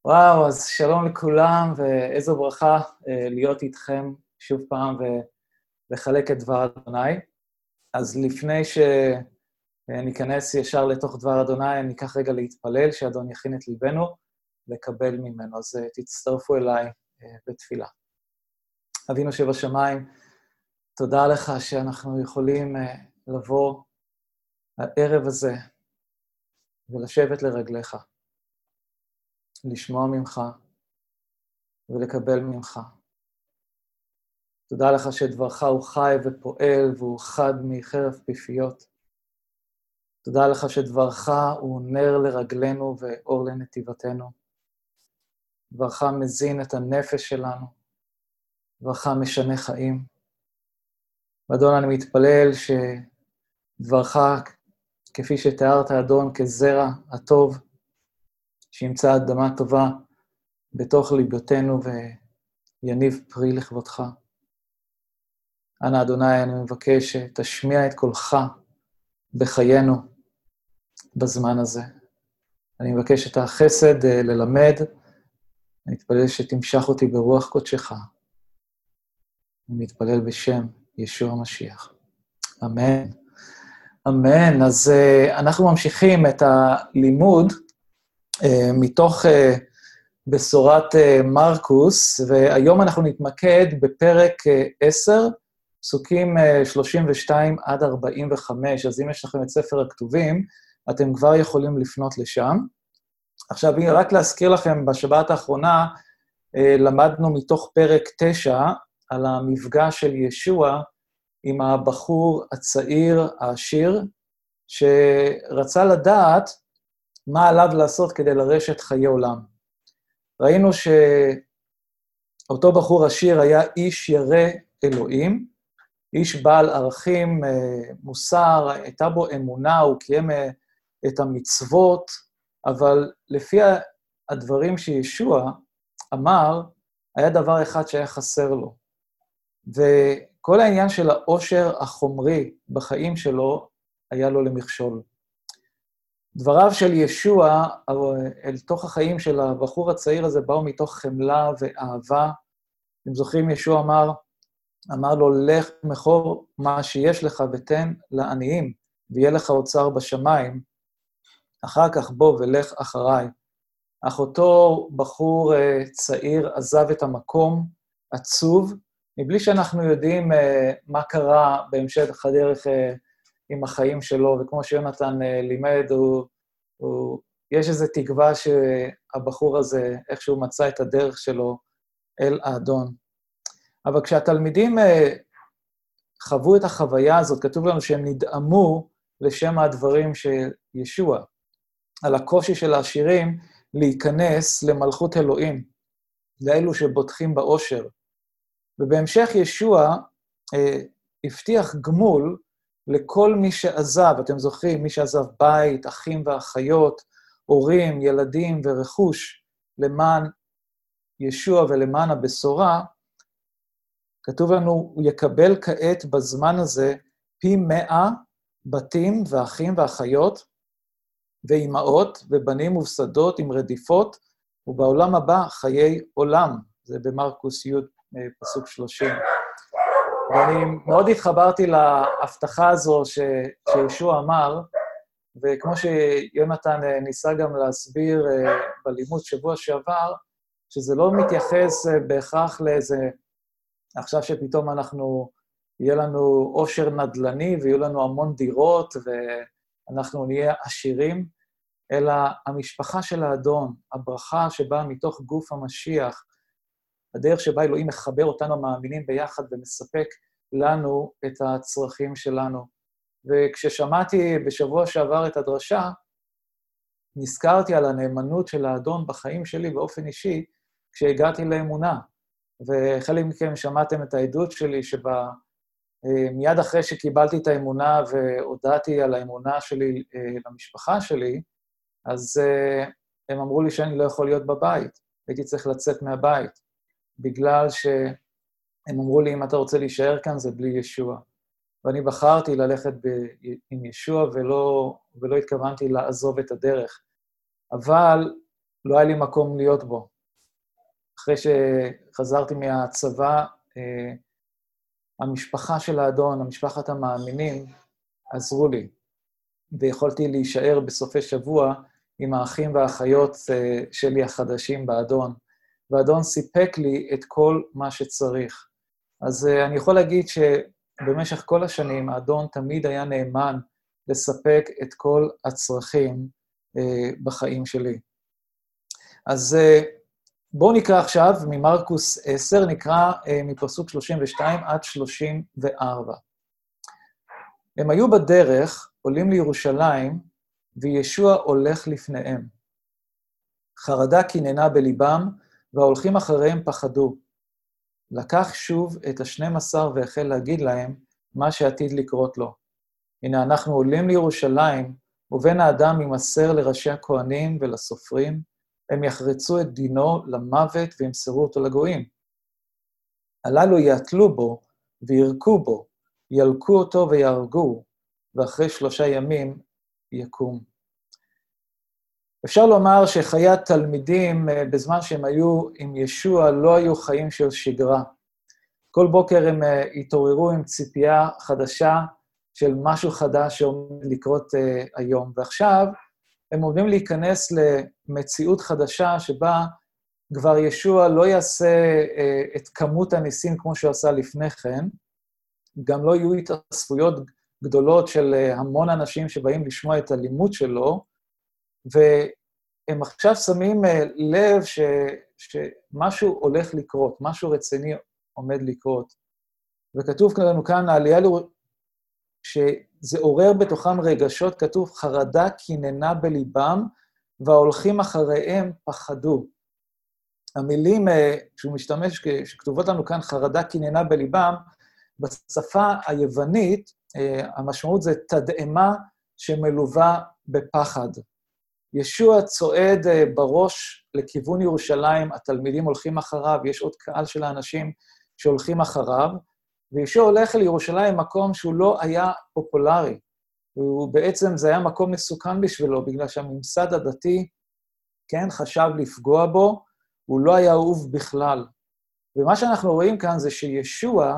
וואו, אז שלום לכולם, ואיזו ברכה להיות איתכם שוב פעם ולחלק את דבר אדוני. אז לפני שניכנס ישר לתוך דבר אדוני, אני אקח רגע להתפלל, שאדון יכין את ליבנו לקבל ממנו. אז תצטרפו אליי בתפילה. אבינו שבשמיים, תודה לך שאנחנו יכולים לבוא הערב הזה ולשבת לרגליך, לשמוע ממך ולקבל ממך. תודה לך שדברך הוא חי ופועל והוא חד מחרב פיפיות. תודה לך שדברך הוא נר לרגלינו ואור לנתיבתנו. דברך מזין את הנפש שלנו. דברך משנה חיים. ואדון, אני מתפלל שדברך, כפי שתיארת אדון, כזרע הטוב, שימצא אדמה טובה בתוך ליבותינו ויניב פרי לכבודך. אנא אדוני, אני מבקש שתשמיע את קולך בחיינו בזמן הזה. אני מבקש את החסד ללמד, אני מתפלל שתמשך אותי ברוח קודשך. אני מתפלל בשם ישוע המשיח. אמן. אמן. אז אנחנו ממשיכים את הלימוד מתוך בשורת מרקוס, והיום אנחנו נתמקד בפרק 10, פסוקים 32 עד 45, אז אם יש לכם את ספר הכתובים, אתם כבר יכולים לפנות לשם. עכשיו, רק להזכיר לכם, בשבת האחרונה למדנו מתוך פרק 9 על המפגש של ישוע עם הבחור הצעיר העשיר, שרצה לדעת מה עליו לעשות כדי לרשת חיי עולם. ראינו שאותו בחור עשיר היה איש ירא אלוהים, איש בעל ערכים, מוסר, הייתה בו אמונה, הוא קיים את המצוות, אבל לפי הדברים שישוע אמר, היה דבר אחד שהיה חסר לו. וכל העניין של העושר החומרי בחיים שלו היה לו למכשול. דבריו של ישוע אל תוך החיים של הבחור הצעיר הזה באו מתוך חמלה ואהבה. אם זוכרים, ישוע אמר לו, לך מכור מה שיש לך ותן לעניים, ויהיה לך אוצר בשמיים, אחר כך בוא ולך אחריי. אך אותו בחור צעיר עזב את המקום עצוב, מבלי שאנחנו יודעים מה קרה בהמשך הדרך עם החיים שלו, וכמו שיונתן לימד, יש איזו תקווה שהבחור הזה, איכשהו מצא את הדרך שלו אל האדון. אבל כשהתלמידים חוו את החוויה הזאת, כתוב לנו שהם נדאמו לשם הדברים של ישוע, על הקושי של העשירים להיכנס למלכות אלוהים, לאלו שבוטחים באושר. ובהמשך ישוע הבטיח גמול לכל מי שעזב, אתם זוכרים, מי שעזב בית, אחים ואחיות, הורים, ילדים ורכוש, למען ישוע ולמען הבשורה, כתוב לנו, הוא יקבל כעת בזמן הזה פי 100 בתים ואחים ואחיות, ואימהות ובנים ובשדות עם רדיפות, ובעולם הבא חיי עולם. זה במרקוס י' פסוק 30. ואני מאוד התחברתי להבטחה הזו שישוע אמר, וכמו שיונתן ניסה גם להסביר בלימוד שבוע שעבר, שזה לא מתייחס בהכרח לאיזה, עכשיו שפתאום יהיה לנו עושר נדל"ני, ויהיו לנו המון דירות, ואנחנו נהיה עשירים, אלא המשפחה של האדון, הברכה שבאה מתוך גוף המשיח, הדרך שבה אלוהים מחבר אותנו מאמינים ביחד ומספק לנו את הצרכים שלנו. וכששמעתי בשבוע שעבר את הדרשה, נזכרתי על הנאמנות של האדון בחיים שלי באופן אישי, כשהגעתי לאמונה. וחלק מכם שמעתם את העדות שלי, מיד אחרי שקיבלתי את האמונה והודעתי על האמונה שלי למשפחה שלי, אז הם אמרו לי שאני לא יכול להיות בבית, הייתי צריך לצאת מהבית, בגלל שהם אמרו לי, אם אתה רוצה להישאר כאן, זה בלי ישוע. ואני בחרתי ללכת עם ישוע ולא התכוונתי לעזוב את הדרך. אבל לא היה לי מקום להיות בו. אחרי שחזרתי מהצבא, המשפחה של האדון, המשפחת המאמינים, עזרו לי, ויכולתי להישאר בסופי שבוע עם האחים והאחיות שלי החדשים באדון, והאדון סיפק לי את כל מה שצריך. אז אני יכול להגיד שבמשך כל השנים, האדון תמיד היה נאמן לספק את כל הצרכים בחיים שלי. אז בואו נקרא עכשיו ממרקוס 10, נקרא מפסוק 32 עד 34. הם היו בדרך, עולים לירושלים, וישוע הולך לפניהם. חרדה קיננה בליבם, וההולכים אחריהם פחדו. לקח שוב את ה12 והחל להגיד להם מה שעתיד לקרות לו. הנה אנחנו עולים לירושלים, ובן האדם יימסר לראשי הכהנים ולסופרים, הם יחרצו את דינו למוות וימסרו אותו לגויים. הללו יעטלו בו וירקו בו, ילקו אותו ויהרגו, ואחרי 3 ימים יקום. אפשר לומר שחיי התלמידים בזמן שהם היו עם ישוע לא היו חיים של שגרה. כל בוקר הם התעוררו עם ציפייה חדשה של משהו חדש שעומד לקרות היום, ועכשיו הם עומדים להיכנס למציאות חדשה שבה כבר ישוע לא יעשה את כמות הניסים כמו שהוא עשה לפני כן, גם לא יהיו התאספויות גדולות של המון אנשים שבאים לשמוע את הלימוד שלו, והם עכשיו שמים לב שמשהו הולך לקרות, משהו רציני עומד לקרות. וכתוב לנו כאן, העלייה שזה עורר בתוכם רגשות, כתוב, חרדה קיננה בליבם, וההולכים אחריהם פחדו. המילים שהוא משתמש, שכתובות לנו כאן, חרדה קיננה בליבם, בשפה היוונית, המשמעות זה תדהמה שמלווה בפחד. ישוע צועד בראש לכיוון ירושלים, התלמידים הולכים אחריו, יש עוד קהל של האנשים שהולכים אחריו, וישוע הולך לירושלים מקום שהוא לא היה פופולרי, ובעצם זה היה מקום מסוכן בשבילו, בגלל שהממסד הדתי, כן, חשב לפגוע בו, הוא לא היה אהוב בכלל. ומה שאנחנו רואים כאן זה שישוע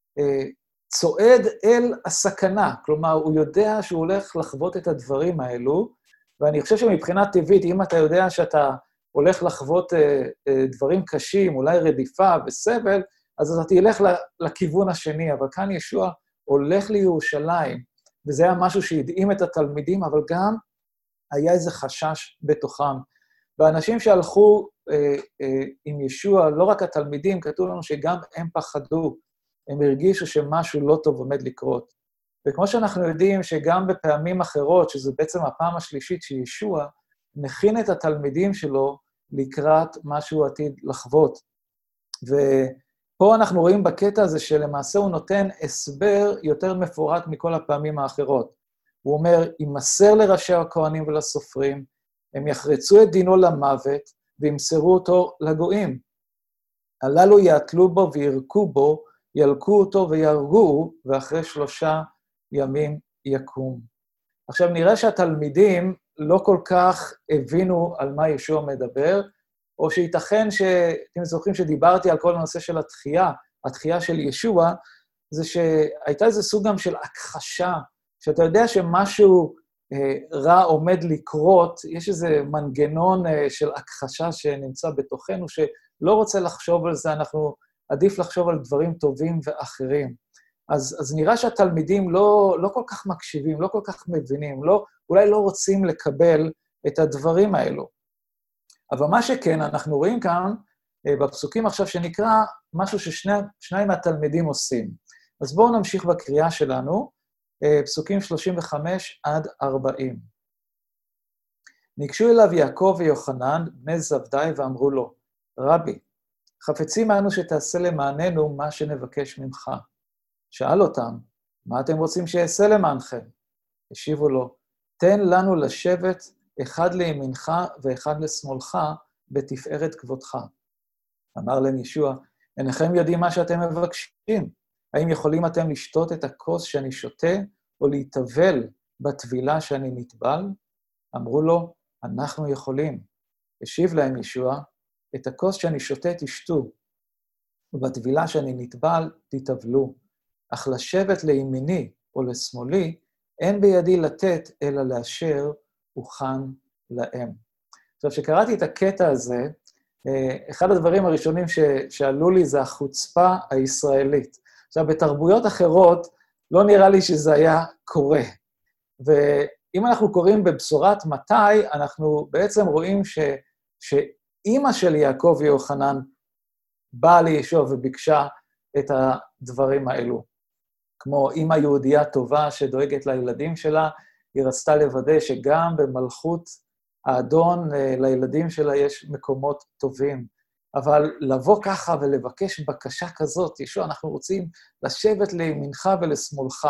צועד אל הסכנה, כלומר, הוא יודע שהוא הולך לחוות את הדברים האלו, ואני חושב שמבחינה טבעית, אם אתה יודע שאתה הולך לחוות דברים קשים, אולי רדיפה וסבל, אז אתה תלך לכיוון השני, אבל כאן ישוע הולך לירושלים, וזה היה משהו שהדהים את התלמידים, אבל גם היה איזה חשש בתוכם. והאנשים שהלכו עם ישוע, לא רק התלמידים, כתוב לנו שגם הם פחדו, הם הרגישו שמשהו לא טוב עומד לקרות. וכמו שאנחנו יודעים שגם בפעמים אחרות, שזו בעצם הפעם השלישית שישוע, מכין את התלמידים שלו לקראת מה שהוא עתיד לחוות. ופה אנחנו רואים בקטע הזה שלמעשה הוא נותן הסבר יותר מפורט מכל הפעמים האחרות. הוא אומר, יימסר לראשי הכהנים ולסופרים, הם יחרצו את דינו למוות וימסרו אותו לגויים. הללו יעטלו בו וירקו בו, ילקו אותו ויהרגו, ואחרי 3 ימים יקום. עכשיו נראה שהתלמידים לא כל כך הבינו על מה ישוע מדבר, או שייתכן שאתם זוכרים שדיברתי על כל הנושא של התחייה של ישוע, זה שהייתה איזה סוג גם של הכחשה, שאתה יודע שמשהו רע עומד לקרות, יש איזה מנגנון של הכחשה שנמצא בתוכנו, שלא רוצה לחשוב על זה, אנחנו עדיף לחשוב על דברים טובים ואחרים. אז נראה שהתלמידים לא כל כך מקשיבים, לא כל כך מבינים, אולי לא רוצים לקבל את הדברים האלו. אבל מה שכן, אנחנו רואים כאן, בפסוקים עכשיו שנקרא, משהו ששניים מהתלמידים עושים. אז בואו נמשיך בקריאה שלנו, פסוקים 35 עד 40. ניגשו אליו יעקב ויוחנן, בני זבדי, ואמרו לו, רבי, חפצים אנו שתעשה למעננו מה שנבקש ממך. שאל אותם, מה אתם רוצים שיעשה למענכם? השיבו לו, תן לנו לשבת אחד לימינך ואחד לשמאלך בתפארת כבודך. אמר להם ישוע, אינכם יודעים מה שאתם מבקשים. האם יכולים אתם לשתות את הכוס שאני שותה, או להתאבל בטבילה שאני נטבל? אמרו לו, אנחנו יכולים. השיב להם ישוע, את הכוס שאני שותה תשתו, ובטבילה שאני נטבל תטבלו, אך לשבת לימיני או לשמאלי, אין בידי לתת אלא לאשר הוכן להם. עכשיו, כשקראתי את הקטע הזה, אחד הדברים הראשונים שעלו לי זה החוצפה הישראלית. עכשיו, בתרבויות אחרות, לא נראה לי שזה היה קורה. ואם אנחנו קוראים בבשורת מתי, אנחנו בעצם רואים שאימא של יעקב ויוחנן באה לישוע וביקשה את הדברים האלו. כמו אימא יהודייה טובה שדואגת לילדים שלה, היא רצתה לוודא שגם במלכות האדון לילדים שלה יש מקומות טובים. אבל לבוא ככה ולבקש בקשה כזאת, ישוע, אנחנו רוצים לשבת לימינך ולשמאלך.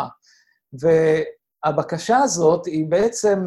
והבקשה הזאת היא בעצם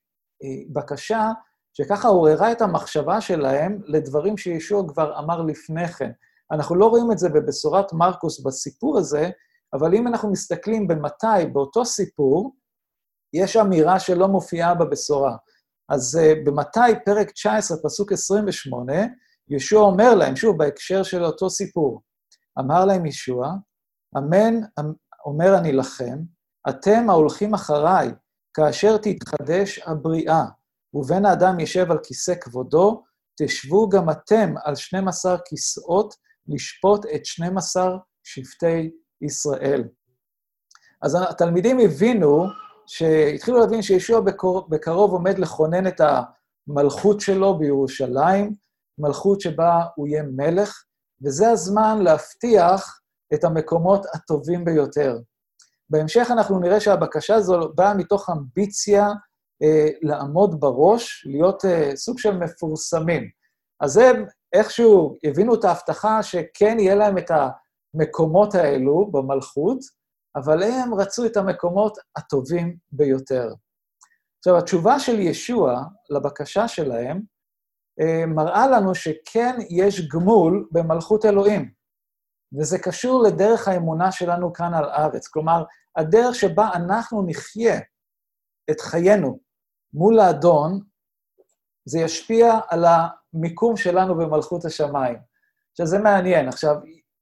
בקשה שככה עוררה את המחשבה שלהם לדברים שישוע כבר אמר לפני כן. אנחנו לא רואים את זה בבשורת מרקוס בסיפור הזה, אבל אם אנחנו מסתכלים במתי, באותו סיפור, יש אמירה שלא מופיעה בבשורה. אז במתי, פרק 19, פסוק 28, ישוע אומר להם, שוב, בהקשר של אותו סיפור, אמר להם ישוע, אמן, אומר אני לכם, אתם ההולכים אחריי, כאשר תתחדש הבריאה, ובן האדם ישב על כיסא כבודו, תשבו גם אתם על 12 כיסאות, לשפוט את 12 שבטי ישראל. אז התלמידים הבינו, שהתחילו להבין שישוע בקרוב עומד לכונן את המלכות שלו בירושלים, מלכות שבה הוא יהיה מלך, וזה הזמן להבטיח את המקומות הטובים ביותר. בהמשך אנחנו נראה שהבקשה הזו באה מתוך אמביציה לעמוד בראש, להיות סוג של מפורסמים. אז הם איכשהו הבינו את ההבטחה שכן יהיה להם את המקומות האלו במלכות, אבל הם רצו את המקומות הטובים ביותר. עכשיו, התשובה של ישוע לבקשה שלהם מראה לנו שכן יש גמול במלכות אלוהים, וזה קשור לדרך האמונה שלנו כאן על הארץ. כלומר, הדרך שבה אנחנו נחיה את חיינו מול האדון, זה ישפיע על המיקום שלנו במלכות השמיים. עכשיו, זה מעניין. עכשיו,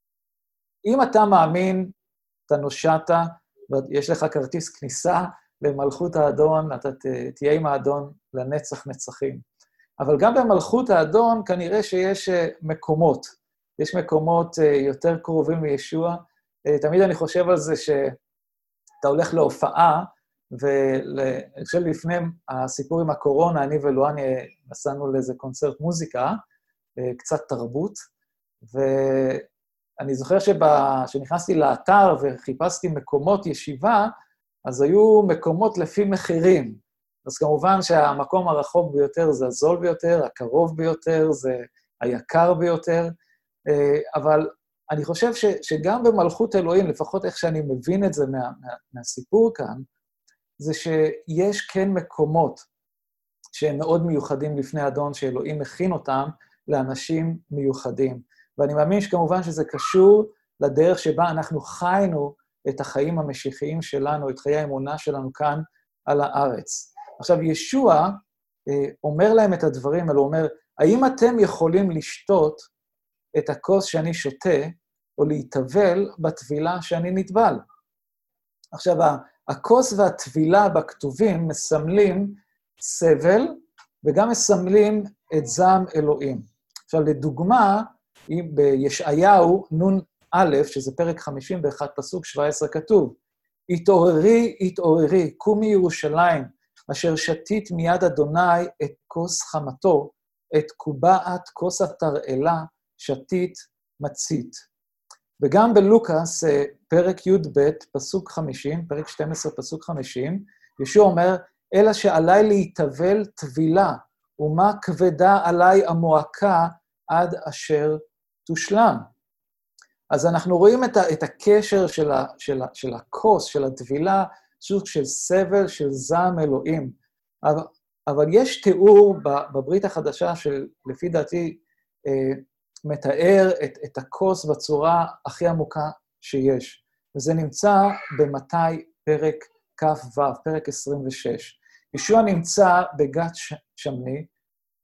אם אתה מאמין, אתה נושעת, ויש לך כרטיס כניסה למלכות האדון, אתה תהיה עם האדון לנצח נצחים. אבל גם במלכות האדון כנראה שיש מקומות. יש מקומות יותר קרובים לישוע. תמיד אני חושב על זה שאתה הולך להופעה, ואני חושב לפני הסיפור עם הקורונה, אני ולואני נסענו לאיזה קונצרט מוזיקה, קצת תרבות, ואני זוכר שנכנסתי לאתר וחיפשתי מקומות ישיבה, אז היו מקומות לפי מחירים. אז כמובן שהמקום הרחוק ביותר זה הזול ביותר, הקרוב ביותר זה היקר ביותר, אבל אני חושב שגם במלכות אלוהים, לפחות איך שאני מבין את זה מהסיפור כאן, זה שיש כן מקומות שהם מאוד מיוחדים לפני אדון, שאלוהים מכין אותם לאנשים מיוחדים. ואני מאמין שכמובן שזה קשור לדרך שבה אנחנו חיינו את החיים המשיחיים שלנו, את חיי האמונה שלנו כאן על הארץ. עכשיו, ישוע אומר להם את הדברים האלו, הוא אומר, האם אתם יכולים לשתות את הכוס שאני שותה, או להתאבל בטבילה שאני נטבל? עכשיו, הכוס והטבילה בכתובים מסמלים סבל, וגם מסמלים את זעם אלוהים. עכשיו, לדוגמה, בישעיהו נון א', שזה פרק 51, פסוק 17, כתוב, התעוררי, התעוררי, קומי ירושלים, אשר שתית מיד אדוני את כוס חמתו, את קובעת כוס התרעלה, שתית מצית. וגם בלוקאס, פרק י"ב, פסוק 50, פרק 12, פסוק 50, ישוע אומר, אלא שעלי להתאבל טבילה, ומה כבדה עלי המועקה עד אשר תושלם. אז אנחנו רואים את הקשר של הכוס, של הטבילה, סוג של סבל, של זעם אלוהים. אבל יש תיאור בברית החדשה שלפי דעתי מתאר את הכוס בצורה הכי עמוקה שיש. וזה נמצא במתי פרק כ"ו, פרק 26. ישוע נמצא בגת שמני,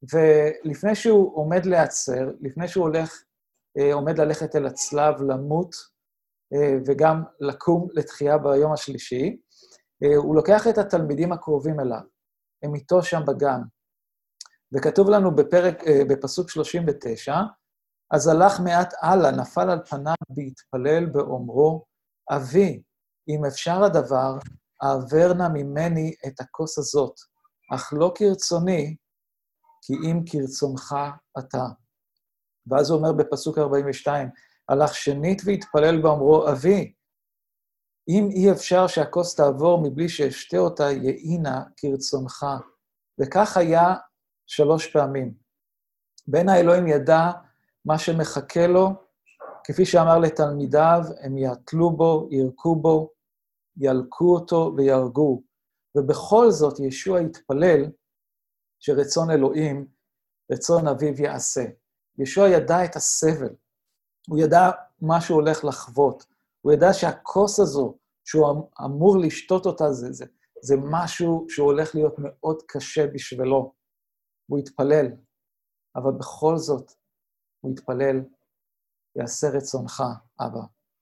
ולפני שהוא עומד להיעצר, לפני שהוא עומד ללכת אל הצלב, למות, וגם לקום לתחייה ביום השלישי, הוא לוקח את התלמידים הקרובים אליו, הם איתו שם בגן. וכתוב לנו בפסוק 39, אז הלך מעט הלאה, נפל על פניו והתפלל באומרו, אבי, אם אפשר הדבר, העבר נא ממני את הכוס הזאת, אך לא כרצוני, כי אם כרצונך אתה. ואז הוא אומר בפסוק 42, הלך שנית והתפלל באומרו, אבי, אם אי אפשר שהכוס תעבור מבלי שאשתה אותה, יהינה כרצונך. וכך היה 3 פעמים. בן האלוהים ידע מה שמחכה לו, כפי שאמר לתלמידיו, הם יעטלו בו, ירקו בו, ילקו אותו וירגו. ובכל זאת ישוע התפלל שרצון אלוהים, רצון אביו יעשה. ישוע ידע את הסבל, הוא ידע מה שהוא הולך לחוות, הוא ידע שהכוס הזו, שהוא אמור לשתות אותה, זה משהו שהוא הולך להיות מאוד קשה בשבילו. הוא התפלל, אבל בכל זאת הוא התפלל, יעשה רצונך, אבא.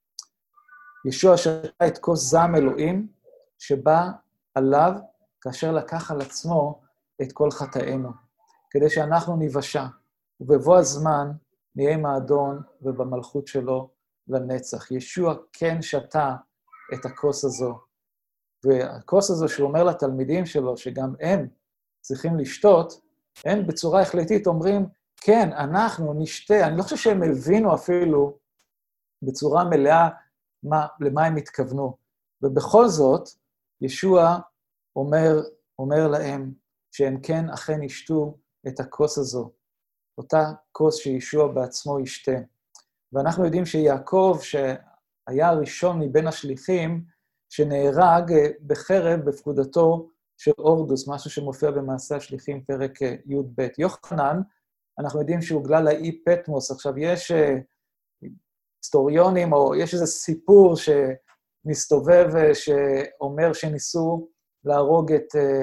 ישוע שתה את כוס זעם אלוהים, שבא עליו כאשר לקח על עצמו את כל חטאינו, כדי שאנחנו ניוושע, ובבוא הזמן נהיה עם האדון ובמלכות שלו לנצח. ישוע כן שתה את הכוס הזו, והכוס הזו שהוא אומר לתלמידים שלו, שגם הם צריכים לשתות, הם בצורה החלטית אומרים, כן, אנחנו נשתה. אני לא חושב שהם הבינו אפילו בצורה מלאה למה הם התכוונו. ובכל זאת, ישוע אומר להם שהם כן אכן ישתו את הכוס הזו, אותה כוס שישוע בעצמו ישתה. ואנחנו יודעים שיעקב, שהיה הראשון מבין השליחים, שנהרג בחרב בפקודתו של אורדוס, משהו שמופיע במעשה השליחים, פרק י"ב. יוחנן, אנחנו יודעים שהוא הוגלה לאי פטמוס. עכשיו, יש היסטוריונים, או יש איזה סיפור שמסתובב, שאומר שניסו להרוג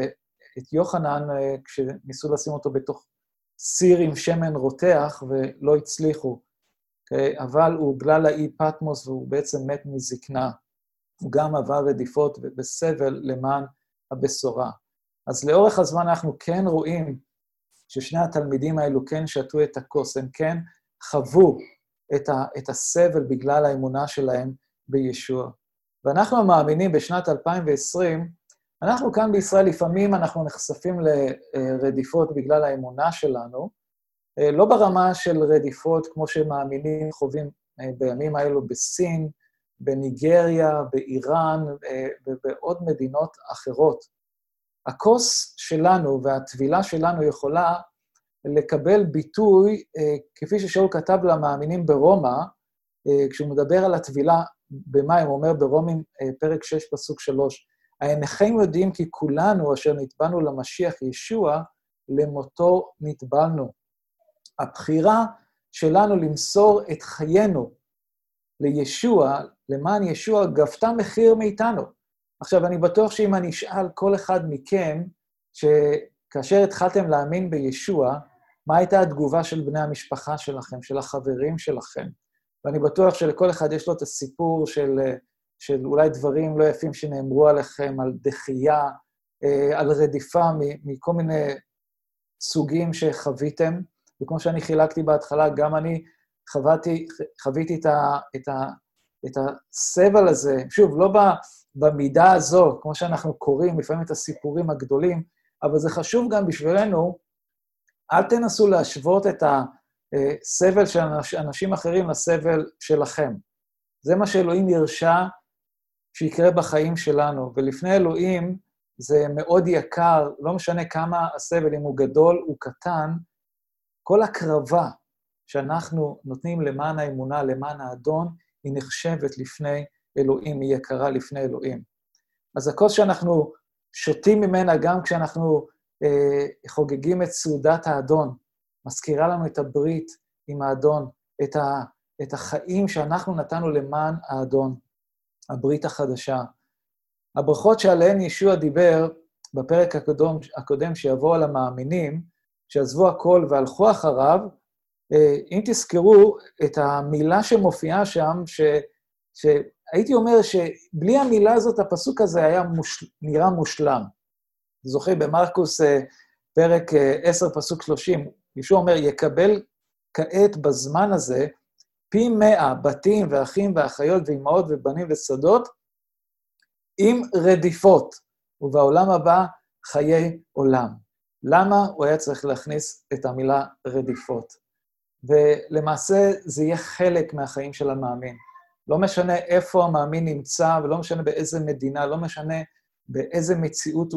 את יוחנן, כשניסו לשים אותו בתוך סיר עם שמן רותח, ולא הצליחו. Okay? אבל הוא הוגלה לאי פטמוס, והוא בעצם מת מזקנה. הוא גם עבר רדיפות בסבל למען הבשורה. אז לאורך הזמן אנחנו כן רואים ששני התלמידים האלו כן שתו את הכוס, הם כן חוו את הסבל בגלל האמונה שלהם בישוע. ואנחנו המאמינים בשנת 2020, אנחנו כאן בישראל לפעמים אנחנו נחשפים לרדיפות בגלל האמונה שלנו, לא ברמה של רדיפות כמו שמאמינים חווים בימים האלו בסין, בניגריה, באיראן ובעוד מדינות אחרות. הכוס שלנו והטבילה שלנו יכולה לקבל ביטוי, כפי ששאול כתב למאמינים ברומא, כשהוא מדבר על הטבילה במים, הוא אומר ברומים פרק 6 פסוק 3, אינכם יודעים כי כולנו אשר נטבענו למשיח ישוע, למותו נטבענו. הבחירה שלנו למסור את חיינו לישוע, למען ישוע, גבתה מחיר מאיתנו. עכשיו, אני בטוח שאם אני אשאל כל אחד מכם, שכאשר התחלתם להאמין בישוע, מה הייתה התגובה של בני המשפחה שלכם, של החברים שלכם? ואני בטוח שלכל אחד יש לו את הסיפור של אולי דברים לא יפים שנאמרו עליכם, על דחייה, על רדיפה מכל מיני סוגים שחוויתם, וכמו שאני חילקתי בהתחלה, גם אני חוויתי את הסבל הזה, שוב, לא במידה הזו, כמו שאנחנו קוראים, לפעמים את הסיפורים הגדולים, אבל זה חשוב גם בשבילנו, אל תנסו להשוות את הסבל של אנשים אחרים לסבל שלכם. זה מה שאלוהים ירשה שיקרה בחיים שלנו, ולפני אלוהים זה מאוד יקר, לא משנה כמה הסבל, אם הוא גדול, הוא קטן, כל הקרבה שאנחנו נותנים למען האמונה, למען האדון, היא נחשבת לפני אלוהים, היא יקרה לפני אלוהים. אז הכוס שאנחנו שותים ממנה, גם כשאנחנו חוגגים את סעודת האדון, מזכירה לנו את הברית עם האדון, את החיים שאנחנו נתנו למען האדון, הברית החדשה. הברכות שעליהן ישוע דיבר בפרק הקודם שיבוא על המאמינים, שעזבו הכל והלכו אחריו, אם תזכרו את המילה שמופיעה שם, שהייתי אומר שבלי המילה הזאת, הפסוק הזה היה נראה מושלם. זוכר במרקוס פרק 10, פסוק 30, ישוע אומר, יקבל כעת בזמן הזה, פי 100 בתים ואחים ואחיות ואימהות ובנים ושדות, עם רדיפות, ובעולם הבא חיי עולם. למה הוא היה צריך להכניס את המילה רדיפות? ולמעשה זה יהיה חלק מהחיים של המאמין. לא משנה איפה המאמין נמצא, ולא משנה באיזה מדינה, לא משנה באיזה מציאות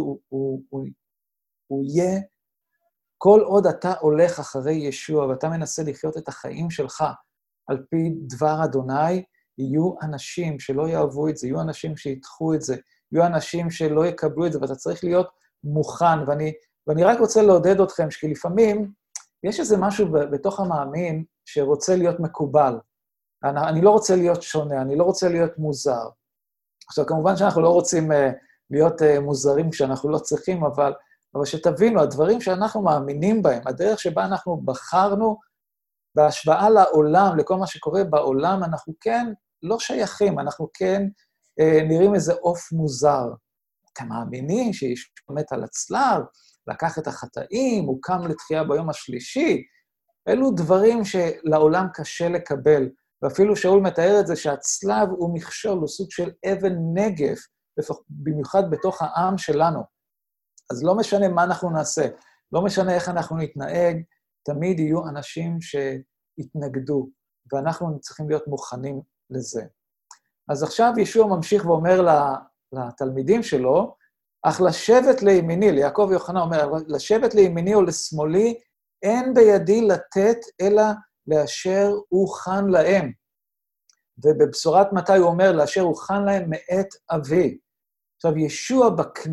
הוא יהיה, כל עוד אתה הולך אחרי ישוע, ואתה מנסה לחיות את החיים שלך, על פי דבר אדוני, יהיו אנשים שלא יאהבו את זה, יהיו אנשים שידחו את זה, יהיו אנשים שלא יקבלו את זה, ואתה צריך להיות מוכן, ואני רק רוצה לעודד אתכם, כי לפעמים יש איזה משהו בתוך המאמין שרוצה להיות מקובל. אני לא רוצה להיות שונה, אני לא רוצה להיות מוזר. עכשיו, כמובן שאנחנו לא רוצים להיות מוזרים כשאנחנו לא צריכים, אבל שתבינו, הדברים שאנחנו מאמינים בהם, הדרך שבה אנחנו בחרנו, בהשוואה לעולם, לכל מה שקורה בעולם, אנחנו כן לא שייכים, אנחנו כן נראים איזה עוף מוזר. אתם מאמינים שישוע מת על הצלב, לקח את החטאים, הוא קם לתחייה ביום השלישי, אלו דברים שלעולם קשה לקבל, ואפילו שאול מתאר את זה שהצלב הוא מכשול, הוא סוג של אבן נגף, במיוחד בתוך העם שלנו. אז לא משנה מה אנחנו נעשה, לא משנה איך אנחנו נתנהג, תמיד יהיו אנשים שיתנגדו, ואנחנו צריכים להיות מוכנים לזה. אז עכשיו ישוע ממשיך ואומר לתלמידים שלו, אך לשבת לימיני, ליעקב ויוחנן אומר, לשבת לימיני או לשמאלי, אין בידי לתת אלא לאשר הוכן להם. ובבשורת מתי הוא אומר, לאשר הוכן להם מאת אבי. עכשיו, ישוע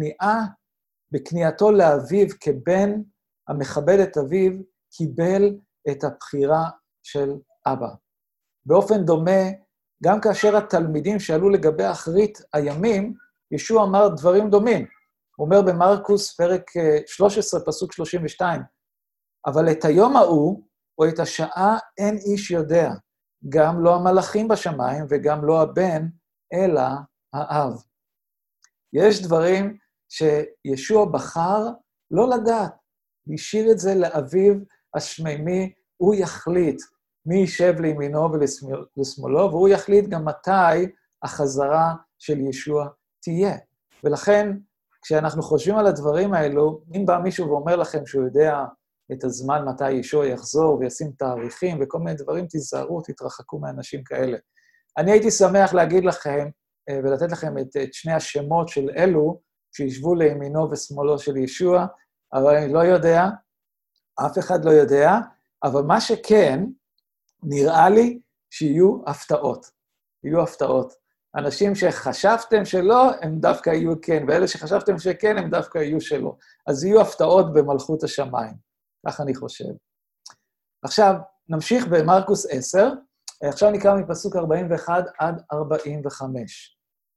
בכניעתו לאביו כבן המכבד את אביו, קיבל את הבחירה של אבא. באופן דומה, גם כאשר התלמידים שעלו לגבי אחרית הימים, ישוע אמר דברים דומים. הוא אומר במרקוס פרק 13, פסוק 32, אבל את היום ההוא, או את השעה, אין איש יודע, גם לא המלאכים בשמיים, וגם לא הבן, אלא האב. יש דברים שישוע בחר לא לדעת, השאיר את זה לאביו השמימי, הוא יחליט מי יישב לימינו ולשמאלו, והוא יחליט גם מתי החזרה של ישוע תהיה. ולכן, כשאנחנו חושבים על הדברים האלו, אם בא מישהו ואומר לכם שהוא יודע את הזמן מתי ישוע יחזור וישים תאריכים וכל מיני דברים, תיזהרו, תתרחקו מאנשים כאלה. אני הייתי שמח להגיד לכם ולתת לכם את שני השמות של אלו שישבו לימינו ושמאלו של ישוע, אבל אני לא יודע, אף אחד לא יודע, אבל מה שכן, נראה לי שיהיו הפתעות. יהיו הפתעות. אנשים שחשבתם שלא, הם דווקא יהיו כן, ואלה שחשבתם שכן, הם דווקא יהיו שלא. אז יהיו הפתעות במלכות השמיים. כך אני חושב. עכשיו, נמשיך במרקוס 10, עכשיו נקרא מפסוק 41 עד 45.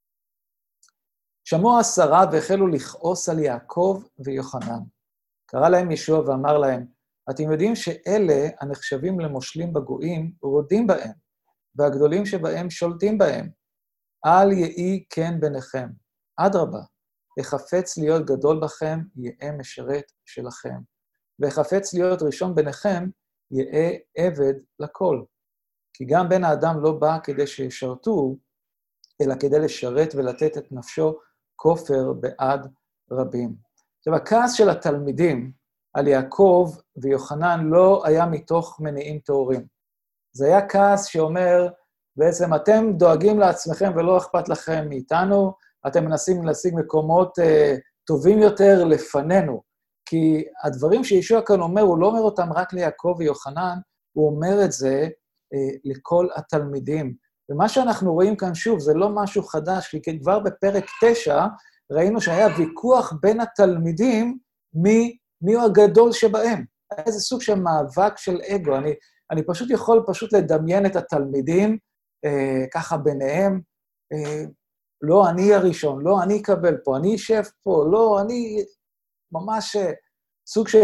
שמעו 10 והחלו לכעוס על יעקב ויוחנן. קרא להם ישוע ואמר להם, אתם יודעים שאלה הנחשבים למושלים בגויים רודים בהם, והגדולים שבהם שולטים בהם. אל יהי כן ביניכם. אדרבה, החפץ להיות גדול בכם, יהיה משרת שלכם. והחפץ להיות ראשון ביניכם, יהיה עבד לכל. כי גם בן האדם לא בא כדי שישרתו, אלא כדי לשרת ולתת את נפשו כופר בעד רבים. עכשיו, הכעס של התלמידים על יעקב ויוחנן לא היה מתוך מניעים טהורים. זה היה כעס שאומר, בעצם אתם דואגים לעצמכם ולא אכפת לכם מאיתנו, אתם מנסים להשיג מקומות טובים יותר לפנינו, כי הדברים שישוע כאן אומר, הוא לא אומר אותם רק ליעקב ויוחנן, הוא אומר את זה לכל התלמידים. ומה שאנחנו רואים כאן שוב, זה לא משהו חדש, כי כבר בפרק 9 ראינו שהיה ויכוח בין התלמידים מי הוא הגדול שבהם. היה איזה סוג של מאבק של אגו. אני פשוט יכול לדמיין את התלמידים ככה ביניהם, לא, אני הראשון, לא, אני אקבל פה, אני אשב פה, לא, אני ממש סוג של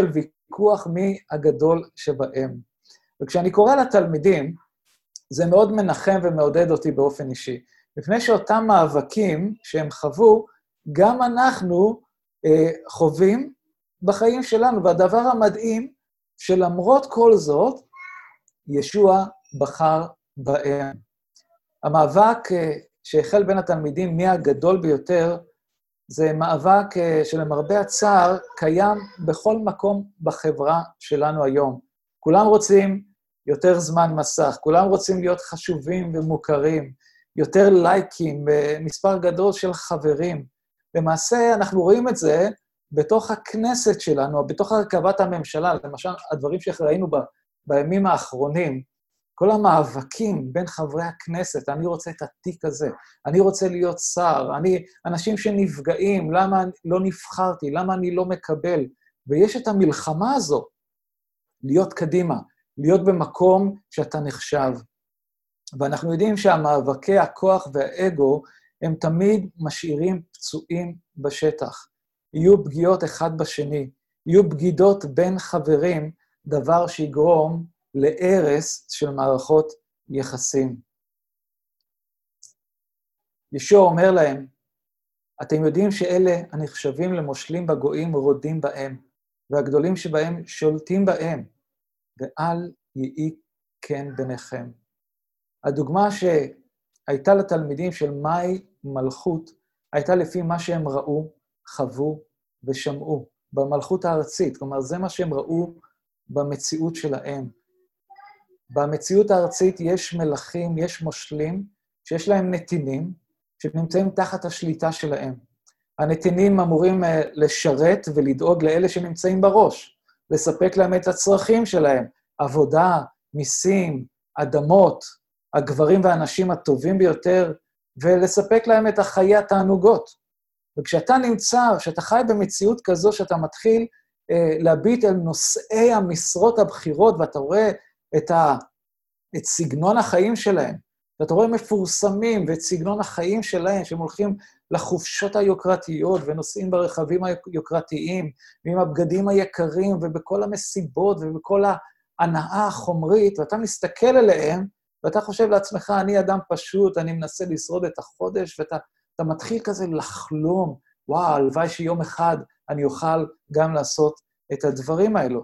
ויכוח מי הגדול שבהם. וכשאני קורא לתלמידים, זה מאוד מנחם ומעודד אותי באופן אישי. לפני שאותם מאבקים שהם חוו, גם אנחנו חווים בחיים שלנו. והדבר המדהים, שלמרות כל זאת, ישוע בחר בהם. המאבק שהחל בין התלמידים, מי הגדול ביותר, זה מאבק שלמרבה הצער קיים בכל מקום בחברה שלנו היום. כולם רוצים יותר זמן מסך, כולם רוצים להיות חשובים ומוכרים, יותר לייקים, מספר גדול של חברים. למעשה אנחנו רואים את זה בתוך הכנסת שלנו, בתוך הרכבת הממשלה, למשל הדברים שראינו בימים האחרונים, כל המאבקים בין חברי הכנסת, אני רוצה את התיק הזה, אני רוצה להיות שר, אנשים שנפגעים, למה לא נבחרתי, למה אני לא מקבל, ויש את המלחמה הזו, להיות קדימה, להיות במקום שאתה נחשב. ואנחנו יודעים שהמאבקי הכוח והאגו, הם תמיד משאירים פצועים בשטח. יהיו פגיעות אחד בשני, יהיו בגידות בין חברים, דבר שיגרום להרס של מערכות יחסים. ישוע אומר להם, אתם יודעים שאלה הנחשבים למושלים בגויים רודים בהם, והגדולים שבהם שולטים בהם, ואל יהי כן ביניכם. הדוגמה שהייתה לתלמידים של מהי מלכות, הייתה לפי מה שהם ראו, חוו ושמעו, במלכות הארצית. כלומר, זה מה שהם ראו במציאות שלהם. במציאות הארצית יש מלכים, יש מושלים, שיש להם נתינים, שנמצאים תחת השליטה שלהם. הנתינים אמורים לשרת ולדאוג לאלה שנמצאים בראש, לספק להם את הצרכים שלהם, עבודה, מיסים, אדמות, הגברים והאנשים הטובים ביותר, ולספק להם את החיי התענוגות. וכשאתה נמצא, כשאתה חי במציאות כזו, שאתה מתחיל להביט אל נושאי המשרות הבחירות, ואתה רואה את סגנון החיים שלהם, ואתה רואה מפורסמים ואת סגנון החיים שלהם, שהם הולכים לחופשות היוקרתיות, ונוסעים ברכבים היוקרתיים, ועם הבגדים היקרים, ובכל המסיבות, ובכל ההנאה החומרית, ואתה מסתכל עליהם, ואתה חושב לעצמך, אני אדם פשוט, אני מנסה לשרוד את החודש, ואתה מתחיל כזה לחלום, וואו, הלוואי שיום אחד אני אוכל גם לעשות את הדברים האלו.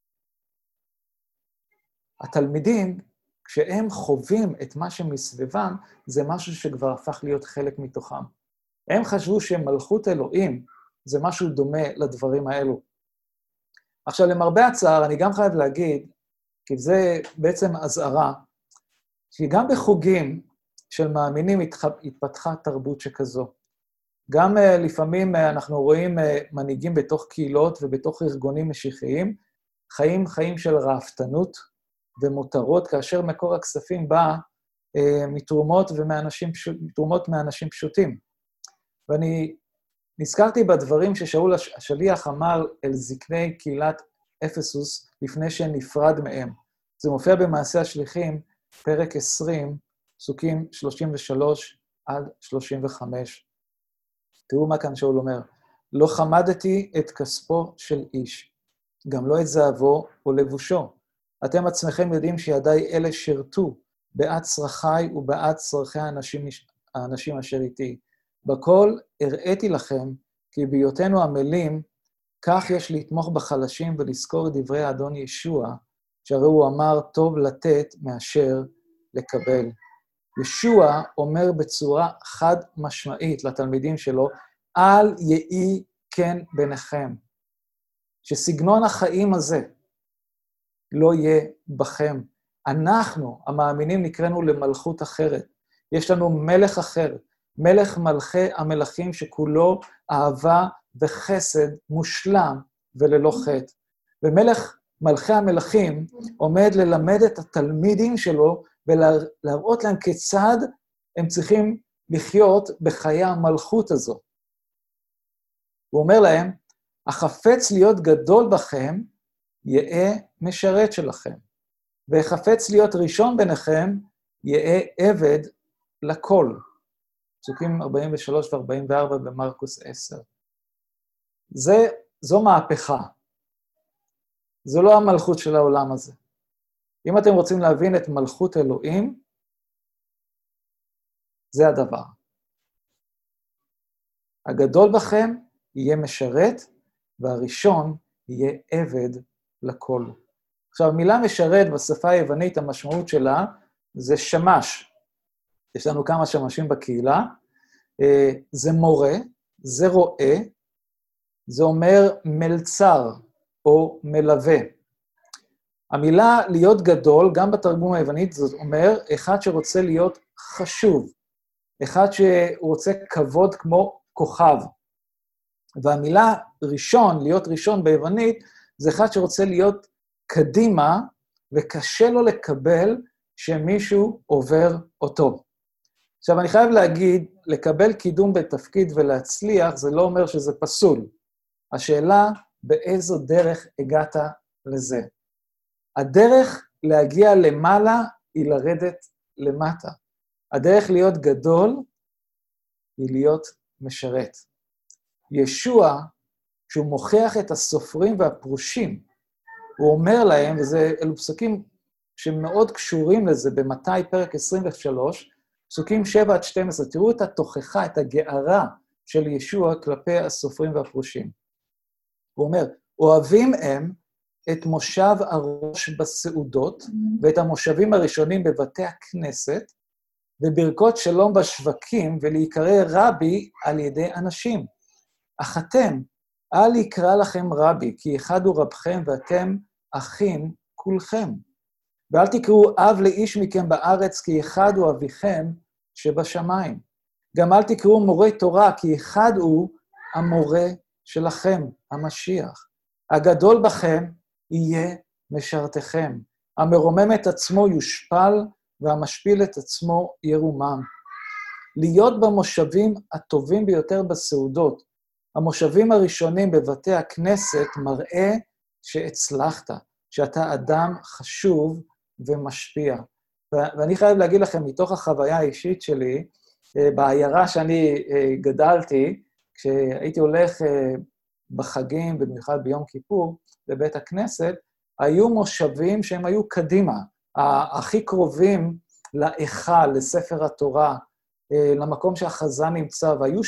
התלמידים, כשהם חווים את מה שמסביבם, זה משהו שכבר הפך להיות חלק מתוכם. הם חשבו שמלכות אלוהים זה משהו דומה לדברים האלו. עכשיו, למרבה הצער, אני גם חייב להגיד, כי זה בעצם הזהרה, שגם בחוגים של מאמינים התפתחה תרבות שכזו. גם לפעמים אנחנו רואים מנהיגים בתוך קהילות ובתוך ארגונים משיחיים, חיים של רעפתנות ומותרות, כאשר מקור הכספים בא מתרומות מאנשים פשוטים. ואני נזכרתי בדברים ששאול השליח אמר אל זקני קהילת אפסוס לפני שנפרד מהם. זה מופיע במעשה השליחים, פרק 20, פסוקים 33 עד 35. תראו מה כאן שאול אומר, לא חמדתי את כספו של איש, גם לא את זהבו או לבושו. אתם עצמכם יודעים שידיי אלה שירתו בעד צרכי ובעד צרכי האנשים אשר איתי. בכל הראיתי לכם כי בהיותנו עמלים, כך יש לתמוך בחלשים ולזכור את דברי האדון ישוע, שהרי הוא אמר טוב לתת מאשר לקבל. ישוע אומר בצורה חד משמעית לתלמידים שלו, אל יהי כן ביניכם. שסגנון החיים הזה לא יהיה בכם. אנחנו, המאמינים, נקראנו למלכות אחרת. יש לנו מלך אחר, מלך מלכי המלכים שכולו אהבה וחסד מושלם וללא חטא. ומלך מלכי המלכים עומד ללמד את התלמידים שלו ולהראות להם כיצד הם צריכים לחיות בחיי המלכות הזו. הוא אומר להם, החפץ להיות גדול בכם, יהיה משרת שלכם, והחפץ להיות ראשון ביניכם, יהיה עבד לכל. פסוקים 43 ו-44 במרקוס 10. זו מהפכה. זו לא המלכות של העולם הזה. אם אתם רוצים להבין את מלכות אלוהים, זה הדבר. הגדול בכם יהיה משרת, והראשון יהיה עבד לכל. עכשיו, המילה משרת בשפה היוונית, המשמעות שלה זה שמש. יש לנו כמה שמשים בקהילה. זה מורה, זה רואה, זה אומר מלצר או מלווה. המילה להיות גדול, גם בתרגום היוונית, זאת אומר, אחד שרוצה להיות חשוב, אחד שרוצה כבוד כמו כוכב. והמילה ראשון, להיות ראשון ביוונית, זה אחד שרוצה להיות קדימה, וקשה לו לקבל שמישהו עובר אותו. עכשיו, אני חייב להגיד, לקבל קידום בתפקיד ולהצליח, זה לא אומר שזה פסול. השאלה, באיזו דרך הגעת לזה? הדרך להגיע למעלה היא לרדת למטה. הדרך להיות גדול היא להיות משרת. ישוע, כשהוא מוכיח את הסופרים והפרושים, הוא אומר להם, אלו פסוקים שמאוד קשורים לזה, במתי פרק 23, פסוקים 7-12, תראו את התוכחה, את הגערה של ישוע כלפי הסופרים והפרושים. הוא אומר, אוהבים הם את מושב הראש בסעודות, ואת המושבים הראשונים בבתי הכנסת, וברכות שלום בשווקים, ולהיקרא רבי על ידי אנשים. אך אתם, אל יקרא לכם רבי, כי אחד הוא רבכם, ואתם אחים כולכם. ואל תקראו אב לאיש מכם בארץ, כי אחד הוא אביכם שבשמיים. גם אל תקראו מורה תורה, כי אחד הוא המורה שלכם, המשיח. הגדול בכם יהיה משרתכם. המרומם את עצמו יושפל, והמשפיל את עצמו ירומם. להיות במושבים הטובים ביותר בסעודות, המושבים הראשונים בבתי הכנסת, מראה שהצלחת, שאתה אדם חשוב ומשפיע. ואני חייב להגיד לכם, מתוך החוויה האישית שלי, בעיירה שאני גדלתי, כשהייתי הולך בחגים, במיוחד ביום כיפור, בבית הכנסת, היו מושבים שהם היו קדימה, הכי קרובים להיכל, לספר התורה, למקום שהחזן נמצא, והיו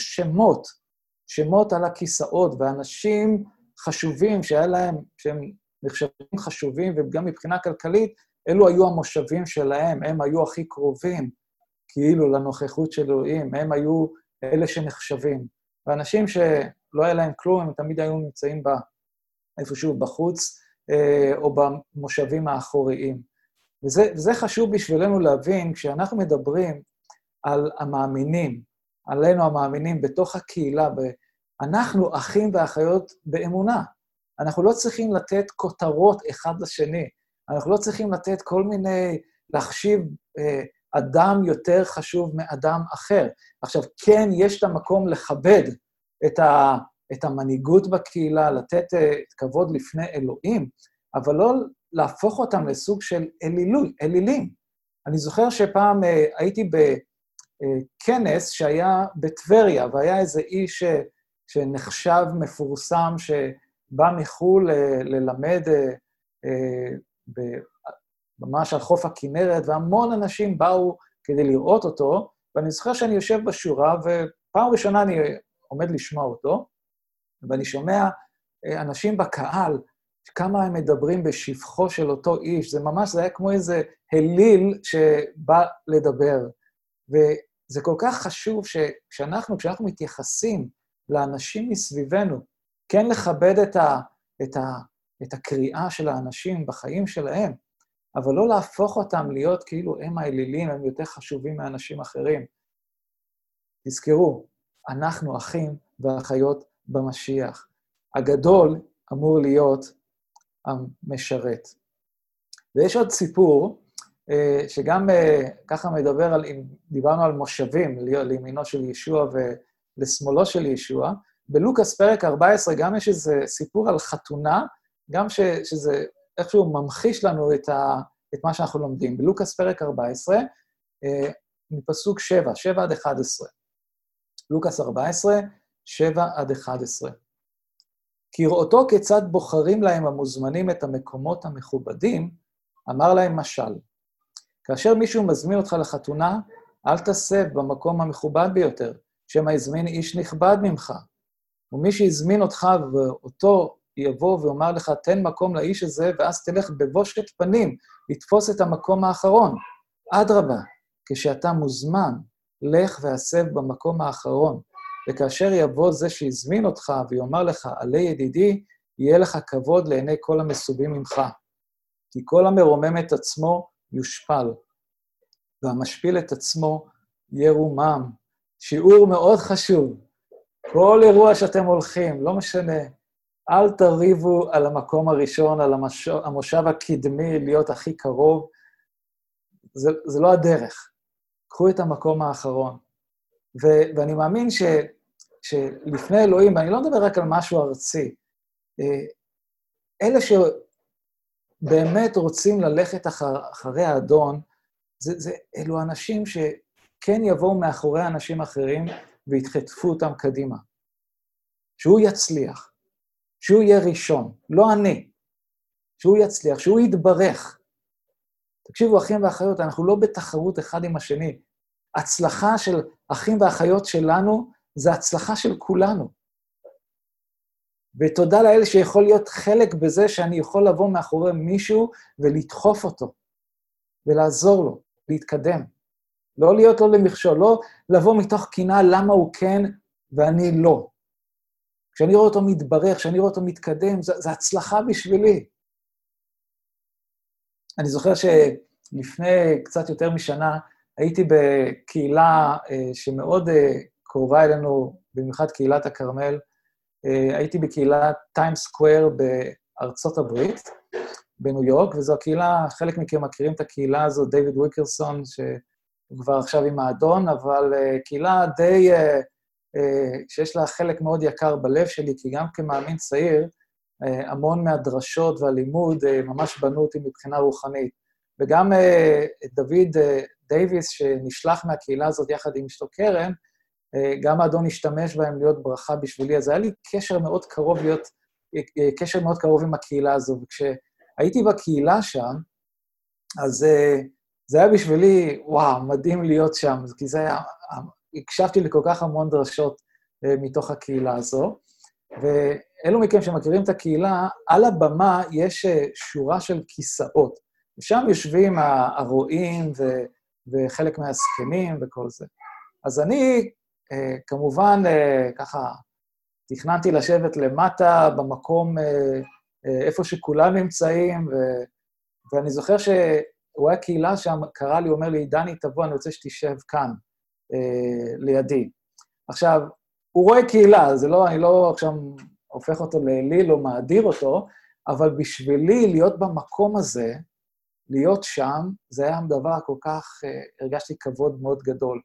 שמות על הכיסאות, ואנשים חשובים שהיה להם, שהם נחשבים חשובים, וגם מבחינה כלכלית, אלו היו המושבים שלהם, הם היו הכי קרובים, כאילו לנוכחות של אלוהים, הם היו אלה שנחשבים. ואנשים שלא היה להם כלום, הם תמיד היו נמצאים איפשהו בחוץ, או במושבים האחוריים. וזה חשוב בשבילנו להבין, כשאנחנו מדברים על המאמינים, עלינו המאמינים בתוך הקהילה, אנחנו אחים ואחיות באמונה. אנחנו לא צריכים לתת כותרות אחד לשני, אנחנו לא צריכים לתת כל מיני, להחשיב אדם יותר חשוב מאדם אחר. עכשיו, כן, יש את המקום לכבד את המנהיגות בקהילה, לתת כבוד לפני אלוהים, אבל לא להפוך אותם לסוג של אלילים. אני זוכר שפעם הייתי בכנס שהיה בטבריה, והיה איזה איש שנחשב מפורסם, שבא מחול ללמד ממש על חוף הכנרת, והמון אנשים באו כדי לראות אותו, ואני זוכר שאני יושב בשורה, ופעם ראשונה אני עומד לשמוע אותו, ואני שומע אנשים בקהל, כמה הם מדברים בשבחו של אותו איש, זה היה כמו איזה הליל שבא לדבר. וזה כל כך חשוב כשאנחנו מתייחסים לאנשים מסביבנו, כן לכבד את הקריאה של האנשים בחיים שלהם, אבל לא להפוך אותם להיות כאילו הם האלילים, הם יותר חשובים מאנשים אחרים. תזכרו, אנחנו אחים ואחיות במשיח. הגדול אמור להיות המשרת. ויש עוד סיפור, שגם ככה מדבר על, דיברנו על מושבים, לימינו של ישוע ולשמאלו של ישוע, בלוקס פרק 14 גם יש איזה סיפור על חתונה, גם שזה איכשהו ממחיש לנו את מה שאנחנו לומדים. בלוקס פרק 14, מפסוק 7-11. לוקס 14, 7-11. כראותו כיצד בוחרים להם המוזמנים את המקומות המכובדים, אמר להם משל. כאשר מישהו מזמין אותך לחתונה, אל תסב במקום המכובד ביותר, שמא יזמין איש נכבד ממך. ומי שהזמין אותך ואותו יבוא ואומר לך, תן מקום לאיש הזה, ואז תלך בבושת פנים, לתפוס את המקום האחרון. אדרבה, כשאתה מוזמן, לך והסב במקום האחרון, וכאשר יבוא זה שהזמין אותך ויאמר לך, עלי ידידי, יהיה לך כבוד לעיני כל המסובים ממך. כי כל המרומם את עצמו יושפל, והמשפיל את עצמו ירומם. שיעור מאוד חשוב. כל אירוע שאתם הולכים, לא משנה, אל תריבו על המקום הראשון, על המושב הקדמי, להיות הכי קרוב. זה לא הדרך. קחו את המקום האחרון. ואני מאמין שלפני אלוהים, ואני לא מדבר רק על משהו ארצי, אלה שבאמת רוצים ללכת אחרי האדון, אלו אנשים שכן יבואו מאחורי אנשים אחרים, ויתחטפו אותם קדימה. שהוא יצליח, שהוא יהיה ראשון, לא אני, שהוא יצליח, שהוא יתברך. תקשיבו, אחים ואחיות, אנחנו לא בתחרות אחד עם השני. הצלחה של אחים ואחיות שלנו, זה הצלחה של כולנו. ותודה לאלה שיכול להיות חלק בזה שאני יכול לבוא מאחורי מישהו ולדחוף אותו, ולעזור לו, להתקדם. לא להיות לו למכשול, לא לבוא מתוך קינה למה הוא כן ואני לא. כשאני רואה אותו מתברך, כשאני רואה אותו מתקדם, זה הצלחה בשבילי. אני זוכר שלפני קצת יותר משנה, הייתי בקהילה שמאוד קרובה אלינו, במיוחד קהילת הכרמל, הייתי בקהילת טיים סקוואר בארצות הברית, בניו יורק, וזו הקהילה, חלק מכם מכירים את הקהילה הזו, דיוויד וויקרסון, שהוא כבר עכשיו עם האדון, אבל קהילה די, שיש לה חלק מאוד יקר בלב שלי, כי גם כמאמין צעיר, המון מהדרשות והלימוד ממש בנו אותי מבחינה רוחנית. וגם דוד דייביס, שנשלח מהקהילה הזאת יחד עם אשתו קרן, גם האדון השתמש בהם להיות ברכה בשבילי, אז היה לי קשר מאוד קרוב עם הקהילה הזו, וכשהייתי בקהילה שם, אז זה היה בשבילי, וואו, מדהים להיות שם, כי זה היה, הקשבתי לכל כך המון דרשות מתוך הקהילה הזו, ואלו מכם שמכירים את הקהילה, על הבמה יש שורה של כיסאות, ושם יושבים הרועים וחלק מהזקנים וכל זה. אז אני, כמובן, ככה, תכננתי לשבת למטה במקום איפה שכולם נמצאים, ואני זוכר שהוא היה קהילה שם, קרא לי, אומר לי, דני, תבוא, אני רוצה שתשב כאן, לידי. עכשיו, הוא רואה קהילה, זה לא, אני לא עכשיו הופך אותו לאליל או מאדיר אותו, אבל בשבילי להיות במקום הזה, להיות שם, זה היה דבר כל כך, הרגשתי כבוד מאוד גדול.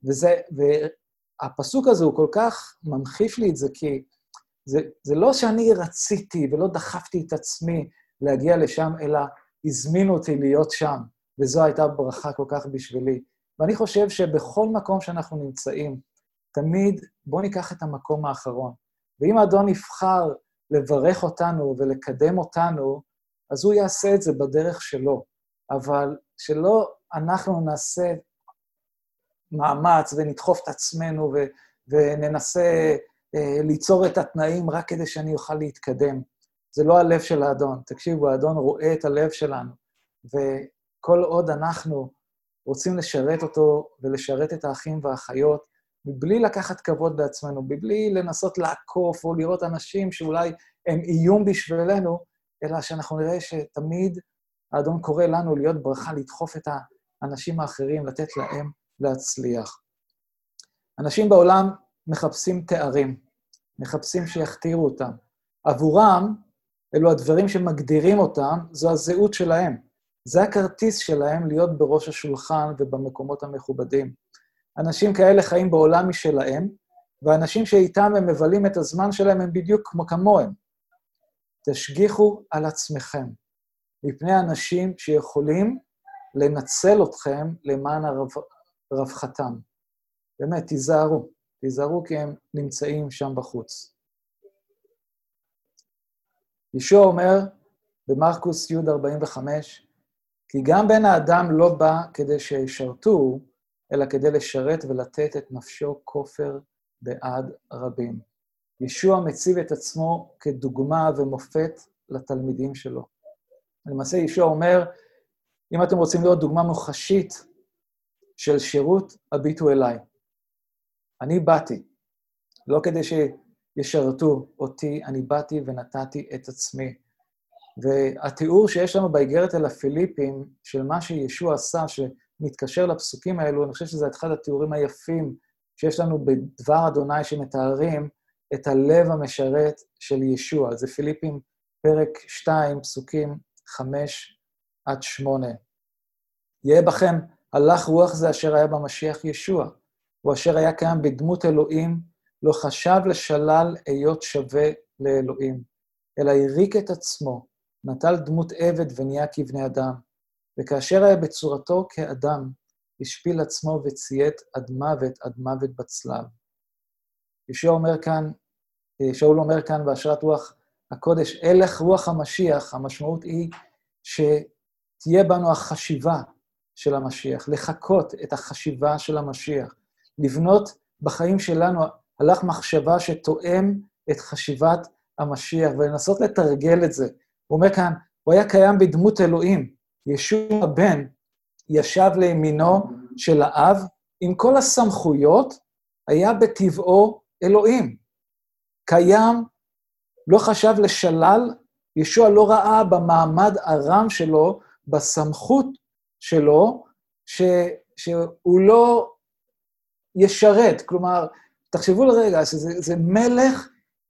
והפסוק הזה הוא כל כך ממחיש לי את זה, כי זה לא שאני רציתי ולא דחפתי את עצמי להגיע לשם, אלא הזמינו אותי להיות שם, וזו הייתה ברכה כל כך בשבילי. ואני חושב שבכל מקום שאנחנו נמצאים, תמיד בוא ניקח את המקום האחרון. ואם האדון יבחר לברך אותנו ולקדם אותנו, אז הוא יעשה את זה בדרך שלו. אבל שלא אנחנו נעשה מאמץ ונדחוף את עצמנו וננסה ליצור את התנאים רק כדי שאני אוכל להתקדם. זה לא הלב של האדון. תקשיבו, האדון רואה את הלב שלנו, וכל עוד אנחנו רוצים לשרת אותו ולשרת את האחים והאחיות, מבלי לקחת כבוד לעצמנו, מבלי לנסות לעקוף או לראות אנשים שאולי הם איום בשבילנו, אלא שאנחנו נראה שתמיד האדון קורא לנו להיות ברכה, לדחוף את האנשים האחרים, לתת להם להצליח. אנשים בעולם מחפשים תארים, מחפשים שיכתירו אותם. עבורם, אלו הדברים שמגדירים אותם, זו הזהות שלהם. זה הכרטיס שלהם להיות בראש השולחן ובמקומות המכובדים. אנשים כאלה חיים בעולם משלהם, ואנשים שאיתם הם מבלים את הזמן שלהם הם בדיוק כמוהם. תשגיחו על עצמכם, מפני אנשים שיכולים לנצל אתכם למען רווחתם. באמת, תיזהרו כי הם נמצאים שם בחוץ. ישוע אומר במרקוס י' 45, כי גם בן האדם לא בא כדי שישרתו, אלא כדי לשרת ולתת את נפשו כופר בעד רבים. ישוע מציב את עצמו כדוגמה ומופת לתלמידים שלו. למעשה ישוע אומר, אם אתם רוצים להיות דוגמה מוחשית של שירות, הביטו אליי. אני באתי, לא כדי שישרתו אותי, אני באתי ונתתי את עצמי. והתיאור שיש לנו באיגרת אל הפיליפים, של מה שישוע עשה, שמתקשר לפסוקים האלו, אני חושב שזה אחד התיאורים היפים שיש לנו בדבר אדוני שמתארים את הלב המשרת של ישוע. זה פיליפים פרק 2, פסוקים 5-8. יהיה בכם הלך רוח זה אשר היה במשיח ישוע, הוא אשר היה קיים בדמות אלוהים, לא חשב לשלל היות שווה לאלוהים, אלא הריק את עצמו, נטל דמות עבד ונהיה כבני אדם, וכאשר היה בצורתו כאדם, השפיל עצמו וציית עד מוות בצלב. שאול אומר כאן בהשראת רוח הקודש, הלך רוח המשיח, המשמעות היא שתהיה בנו החשיבה של המשיח, לחכות את החשיבה של המשיח, לבנות בחיים שלנו הלך מחשבה שתואם את חשיבת המשיח, ולנסות לתרגל את זה. הוא אומר כאן, הוא היה קיים בדמות אלוהים, ישוע בן ישב לימינו של האב, עם כל הסמכויות, היה בטבעו אלוהים. קיים, לא חשב לשלל, ישוע לא ראה במעמד הרם שלו, בסמכות שלו, שהוא לא ישרת. כלומר, תחשבו לרגע, שזה מלך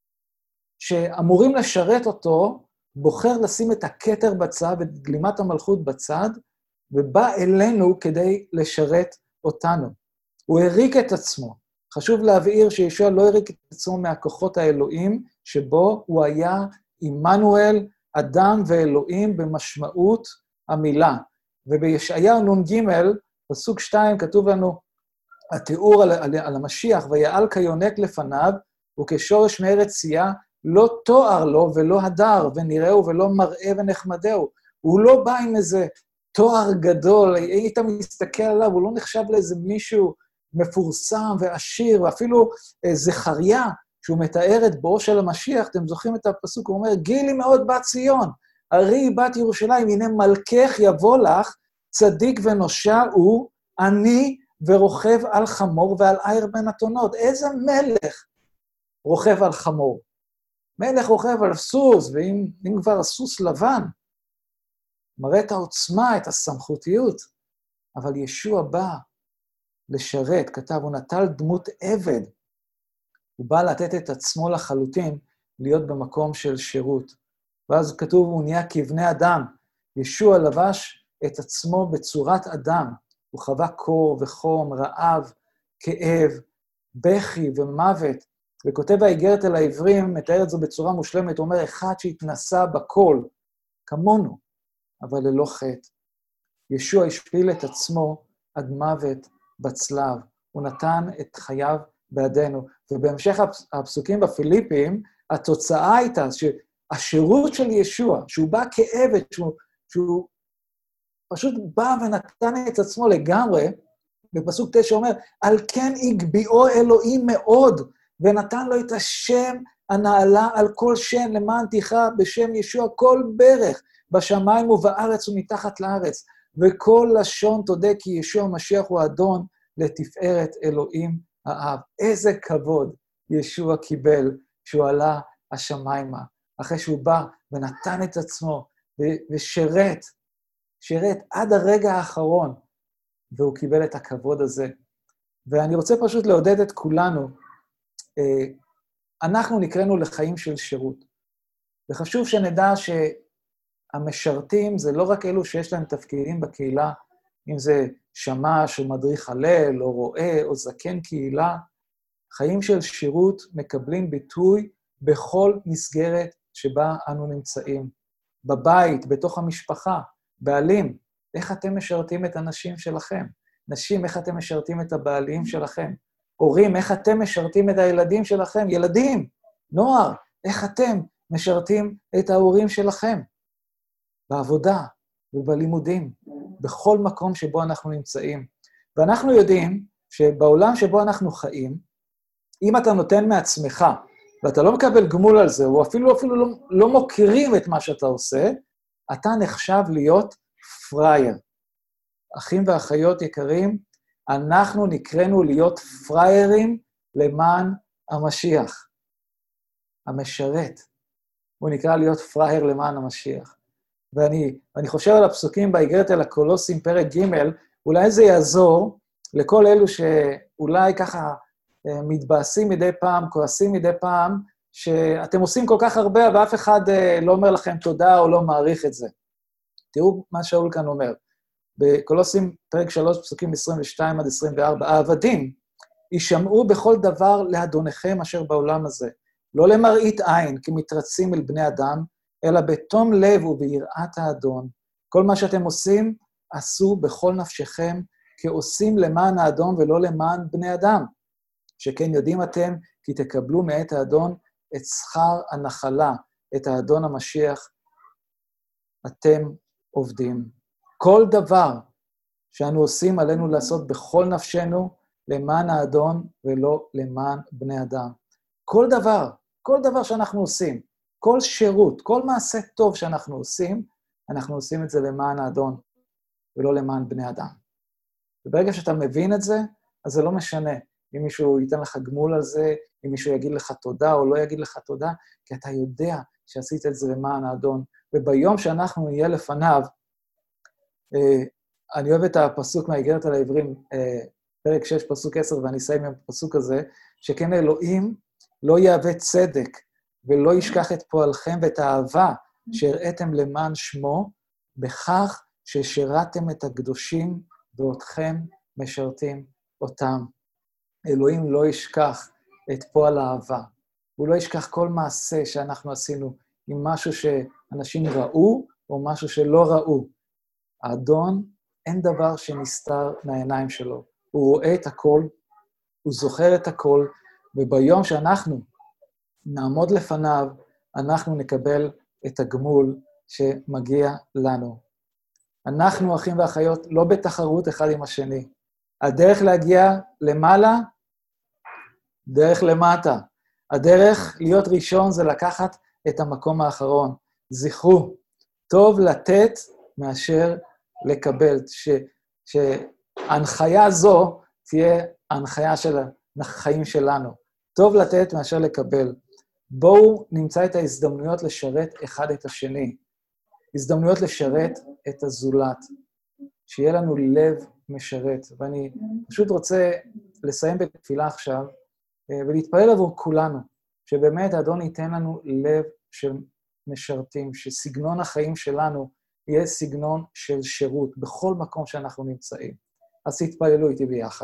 שאמורים לשרת אותו, בוחר לשים את הכתר בצד, את גלימת המלכות בצד, ובא אלינו כדי לשרת אותנו. הוא הריק את עצמו. חשוב להבהיר שישוע לא הריק את עצמו מהכוחות האלוהים, שבו הוא היה עמנואל, אדם ואלוהים במשמעות המילה. ובישעיהו נ"ג, פסוק 2, כתוב לנו, התיאור על המשיח, ויעל כיונק לפניו, וכשורש מארץ צייה, לא תואר לו ולא הדר, ונראהו ולא מראה ונחמדהו. הוא לא בא עם איזה תואר גדול, היית מסתכל עליו, הוא לא נחשב לאיזה מישהו מפורסם ועשיר, ואפילו זכריה, שהוא מתאר את בואו של המשיח, אתם זוכרים את הפסוק, הוא אומר, גילי מאוד בת ציון, הרי בת ירושלים, הנה מלכך יבוא לך, צדיק ונושע הוא, אני ורוכב על חמור ועל עיר בין אתונות. איזה מלך רוכב על חמור? מלך רוכב על סוס, ואם כבר הסוס לבן, מראה את העוצמה, את הסמכותיות, אבל ישוע בא לשרת, כתב, הוא נטל דמות עבד, הוא בא לתת את עצמו לחלוטין, להיות במקום של שירות. ואז כתוב, הוא נהיה כבני אדם, ישוע לבש את עצמו בצורת אדם, הוא חווה קור וחום, רעב, כאב, בכי ומוות, וכותב האיגרת אל העברים, מתאר את זה בצורה מושלמת, הוא אומר, אחד שהתנסה בכל, כמונו, אבל ללא חטא. ישוע השפיל את עצמו עד מוות בצלב, הוא נתן את חייו בעדנו, ובהמשך הפסוקים בפיליפים, התוצאה הייתה שהשירות של ישוע, שהוא בא כעבד, שהוא פשוט בא ונתן את עצמו לגמרי, בפסוק 9 אומר, על כן הגביאו אלוהים מאוד, ונתן לו את השם הנעלה על כל שם, למען תיכה בשם ישוע כל ברך, בשמיים ובארץ ומתחת לארץ, וכל לשון תודה כי ישוע המשיח הוא אדון לתפארת אלוהים האב. איזה כבוד ישוע קיבל שהוא עלה השמיימה, אחרי שהוא בא ונתן את עצמו ושרת עד הרגע האחרון, והוא קיבל את הכבוד הזה. ואני רוצה פשוט לעודד את כולנו, אנחנו נקראנו לחיים של שירות, וחשוב שנדע שהמשרתים זה לא רק אלו שיש להם תפקידים בקהילה, אם זה שמש או מדריך הלל או רועה או זקן קהילה, חיים של שירות מקבלים ביטוי בכל מסגרת שבה אנו נמצאים. בבית, בתוך המשפחה, בעלים, איך אתם משרתים את הנשים שלכם? נשים, איך אתם משרתים את הבעלים שלכם? הורים, איך אתם משרתים את הילדים שלכם? ילדים, נוער, איך אתם משרתים את ההורים שלכם, בעבודה ובלימודים, בכל מקום שבו אנחנו נמצאים. ואנחנו יודעים שבעולם שבו אנחנו חיים, אם אתה נותן מעצמך, ואתה לא מקבל גמול על זה, או אפילו לא מוכירים את מה שאתה עושה, אתה נחשב להיות פרייר. אחים ואחיות יקרים, אנחנו נקראנו להיות פריירים למען המשיח. המשרת, הוא נקרא להיות פרייר למען המשיח. ואני חושב על הפסוקים באיגרת אל הקולוסים, פרק ג', אולי זה יעזור לכל אלו שאולי ככה מתבאסים מדי פעם, כועסים מדי פעם, שאתם עושים כל כך הרבה, ואף אחד לא אומר לכם תודה או לא מעריך את זה. תראו מה שאול כאן אומר. בקולוסים פרק 3, פסוקים 22 עד 24, העבדים יישמעו בכל דבר לאדוניכם אשר בעולם הזה, לא למראית עין כמתרצים אל בני אדם, אלא בתום לב וביראת האדון. כל מה שאתם עושים, עשו בכל נפשכם, כעושים למען האדון ולא למען בני אדם. שכן יודעים אתם, כי תקבלו מאת האדון את שכר הנחלה, את האדון המשיח, אתם עובדים. כל דבר שאנו עושים עלינו לעשות בכל נפשנו, למען האדון ולא למען בני אדם. כל דבר שאנחנו עושים, כל שירות, כל מעשה טוב שאנחנו עושים, אנחנו עושים את זה למען האדון ולא למען בני אדם. וברגע שאתה מבין את זה, אז זה לא משנה אם מישהו ייתן לך גמול על זה, אם מישהו יגיד לך תודה או לא יגיד לך תודה, כי אתה יודע שעשית את זה למען האדון. וביום שאנחנו נהיה לפניו, אני אוהב את הפסוק מהאיגרת על העברים, פרק 6, פסוק 10, ואני אסיים עם הפסוק הזה, שכן אלוהים לא יהווה צדק, ולא ישכח את פועלכם ואת האהבה שהראיתם למען שמו, בכך ששירתם את הקדושים ואותכם משרתים אותם. אלוהים לא ישכח את פועל האהבה. הוא לא ישכח כל מעשה שאנחנו עשינו עם משהו שאנשים ראו או משהו שלא ראו. האדון, אין דבר שנסתר מהעיניים שלו. הוא רואה את הכל, הוא זוכר את הכל, וביום שאנחנו נעמוד לפניו, אנחנו נקבל את הגמול שמגיע לנו. אנחנו, אחים ואחיות, לא בתחרות אחד עם השני. הדרך להגיע למעלה, דרך למטה. הדרך להיות ראשון זה לקחת את המקום האחרון. זכרו, טוב לתת מאשר לקבל. שההנחיה זו תהיה ההנחיה של החיים שלנו. טוב לתת מאשר לקבל. בואו נמצא את ההזדמנויות לשרת אחד את השני. הזדמנויות לשרת את הזולת. שיהיה לנו לב משרת. ואני פשוט רוצה לסיים בתפילה עכשיו, ולהתפלל עבור כולנו, שבאמת האדון ייתן לנו לב של משרתים, שסגנון החיים שלנו יהיה סגנון של שירות, בכל מקום שאנחנו נמצאים. אז תתפללו איתי ביחד.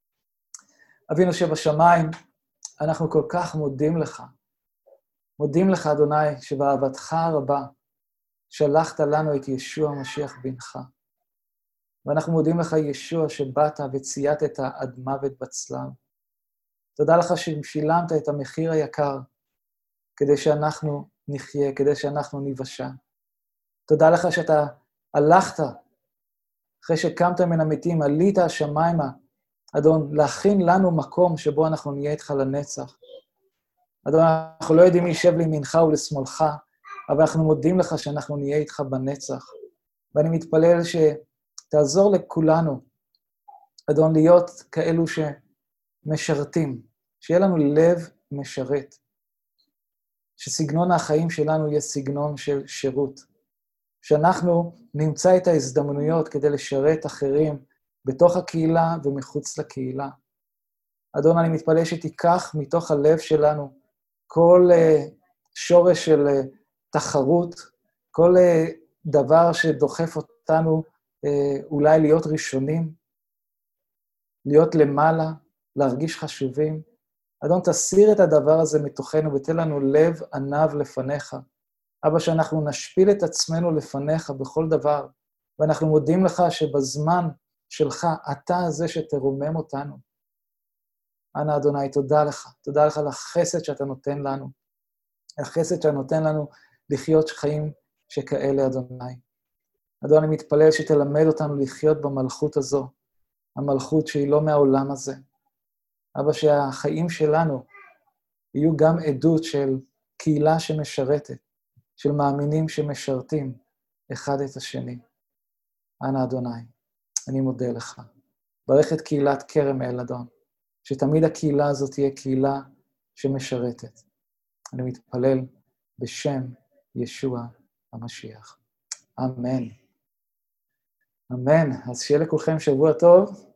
אבינו שבשמיים, אנחנו כל כך מודים לך. מודים לך, אדוני, שבאהבתך הרבה, שלחת לנו את ישוע המשיח בנך. ואנחנו מודים לך, ישוע, שבאת וצייתת עד מוות בצלב. תודה לך ששילמת את המחיר היקר, כדי שאנחנו נחיה, כדי שאנחנו ניוושע. תודה לך שאתה הלכת, אחרי שקמת מן המתים, עלית השמיימה, אדון, להכין לנו מקום שבו אנחנו נהיה איתך לנצח. אדון, אנחנו לא יודעים מי יישב לימינך ולשמאלך, אבל אנחנו מודים לך שאנחנו נהיה איתך בנצח. ואני מתפלל שתעזור לכולנו, אדון, להיות כאלו שמשרתים, שיהיה לנו לב משרת, שסגנון החיים שלנו יהיה סגנון של שירות, שאנחנו נמצא את ההזדמנויות כדי לשרת אחרים בתוך הקהילה ומחוץ לקהילה. אדון, אני מתפלל שתיקח מתוך הלב שלנו כל שורש של תחרות, כל דבר שדוחף אותנו אולי להיות ראשונים, להיות למעלה, להרגיש חשובים. אדון, תסיר את הדבר הזה מתוכנו ותן לנו לב ענב לפניך. אבא, שאנחנו נשפיל את עצמנו לפניך בכל דבר, ואנחנו מודים לך שבזמן שלך, אתה זה שתרומם אותנו. אנא, אדוני, תודה לך על החסד שאתה נותן לנו. החסד שנותן לנו לחיות חיים שכאלה, אדוני. אדוני, אני מתפלל שתלמד אותנו לחיות במלכות הזו, המלכות שהיא לא מהעולם הזה. אבא, שהחיים שלנו יהיו גם עדות של קהילה שמשרתת, של מאמינים שמשרתים אחד את השני. אנא אדוני, אני מודה לך. ברך את קהילת כרם אל, אדון, שתמיד הקהילה הזאת תהיה קהילה שמשרתת. אני מתפלל בשם ישוע המשיח. אמן. אמן. אז שיהיה לכולכם שבוע טוב.